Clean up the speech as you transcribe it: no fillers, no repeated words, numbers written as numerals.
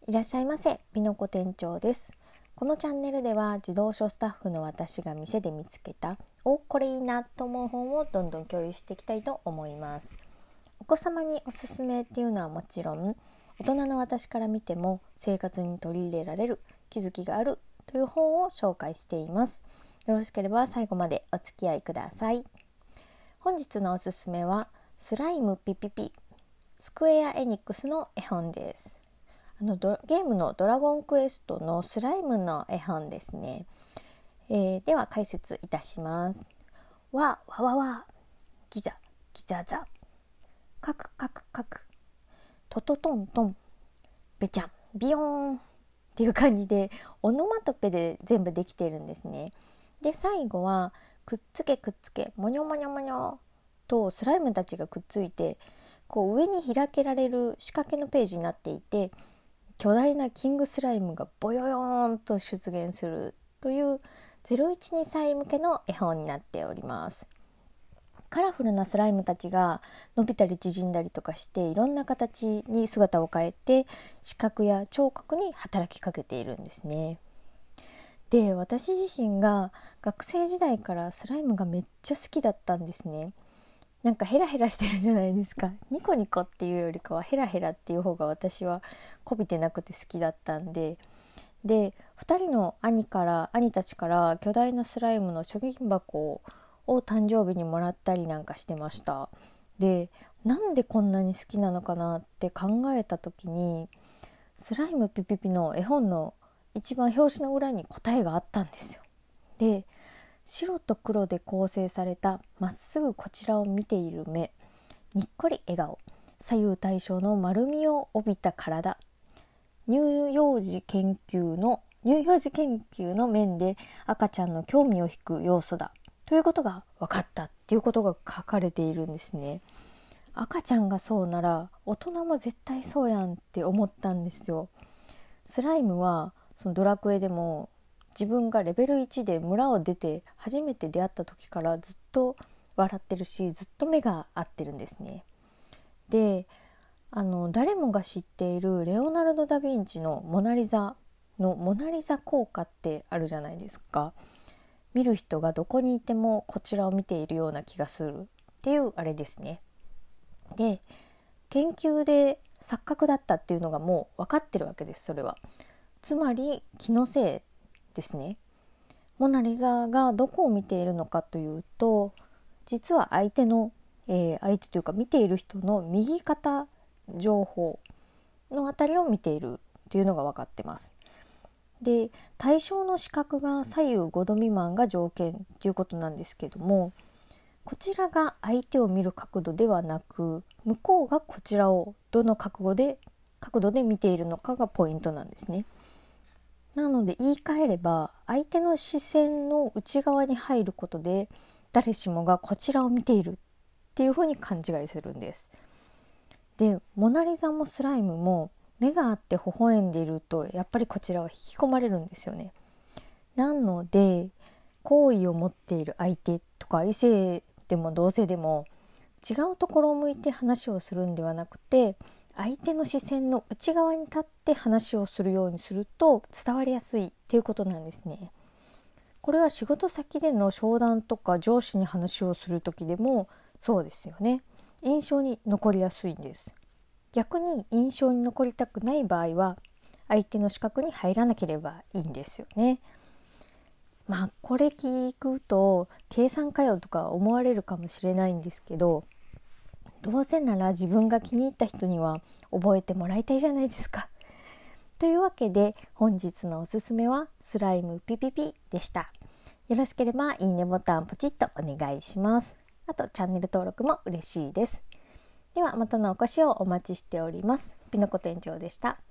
いらっしゃいませ、ピノコ店長です。このチャンネルでは児童書スタッフの私が店で見つけたこれいいなと思う本をどんどん共有していきたいと思います。お子様におすすめっていうのはもちろん、大人の私から見ても生活に取り入れられる気づきがあるという本を紹介しています。よろしければ最後までお付き合いください。本日のおすすめはスライムピピピ、スクエアエニックスの絵本です。ゲームのドラゴンクエストのスライムの絵本ですね。では解説いたします。わわわわ、ギザギザザ、カクカクカク、トトトントン、ベチャンビヨーンっていう感じでオノマトペで全部できているんですね。で最後はくっつけくっつけ、もにょもにょもにょとスライムたちがくっついて、こう上に開けられる仕掛けのページになっていて、巨大なキングスライムがボヨヨーンと出現するという012歳向けの絵本になっております。カラフルなスライムたちが伸びたり縮んだりとかして、いろんな形に姿を変えて視覚や聴覚に働きかけているんですね。で、私自身が学生時代からスライムがめっちゃ好きだったんですね。なんかヘラヘラしてるじゃないですか。ニコニコっていうよりかはヘラヘラっていう方が私はこびてなくて好きだったんで、2人の兄たちから巨大なスライムの貯金箱を誕生日にもらったりなんかしてました。で、なんでこんなに好きなのかなって考えた時に、スライムピピピの絵本の一番表紙の裏に答えがあったんですよ。で、白と黒で構成されたまっすぐこちらを見ている目、にっこり笑顔、左右対称の丸みを帯びた体、乳幼児研究の面で赤ちゃんの興味を引く要素だということが分かったっていうことが書かれているんですね。赤ちゃんがそうなら大人も絶対そうやんって思ったんですよ。スライムはそのドラクエでも自分がレベル1で村を出て初めて出会った時からずっと笑ってるし、ずっと目が合ってるんですね。で、誰もが知っているレオナルド・ダ・ヴィンチのモナリザ効果ってあるじゃないですか。見る人がどこにいてもこちらを見ているような気がするっていうあれですね。で、研究で錯覚だったっていうのがもう分かってるわけです。それはつまり気のせいですね。モナリザがどこを見ているのかというと、実は相手というか見ている人の右肩情報のあたりを見ているというのが分かってます。で、対象の視覚が左右5度未満が条件ということなんですけども、こちらが相手を見る角度ではなく、向こうがこちらをどの角度で見ているのかがポイントなんですね。なので言い換えれば、相手の視線の内側に入ることで誰しもがこちらを見ているっていうふうに勘違いするんです。で、モナリザもスライムも目があって微笑んでいると、やっぱりこちらは引き込まれるんですよね。なので好意を持っている相手とか、異性でも同性でも違うところを向いて話をするんではなくて、相手の視線の内側に立って話をするようにすると伝わりやすいっていうことなんですね。これは仕事先での商談とか上司に話をする時でもそうですよね。印象に残りやすいんです。逆に印象に残りたくない場合は相手の視覚に入らなければいいんですよね。これ聞くと計算かよとか思われるかもしれないんですけど、どうせなら自分が気に入った人には覚えてもらいたいじゃないですか。というわけで本日のおすすめはスライムピピピでした。よろしければいいねボタンポチッとお願いします。あとチャンネル登録も嬉しいです。ではまたのお越しをお待ちしております。ピノコ店長でした。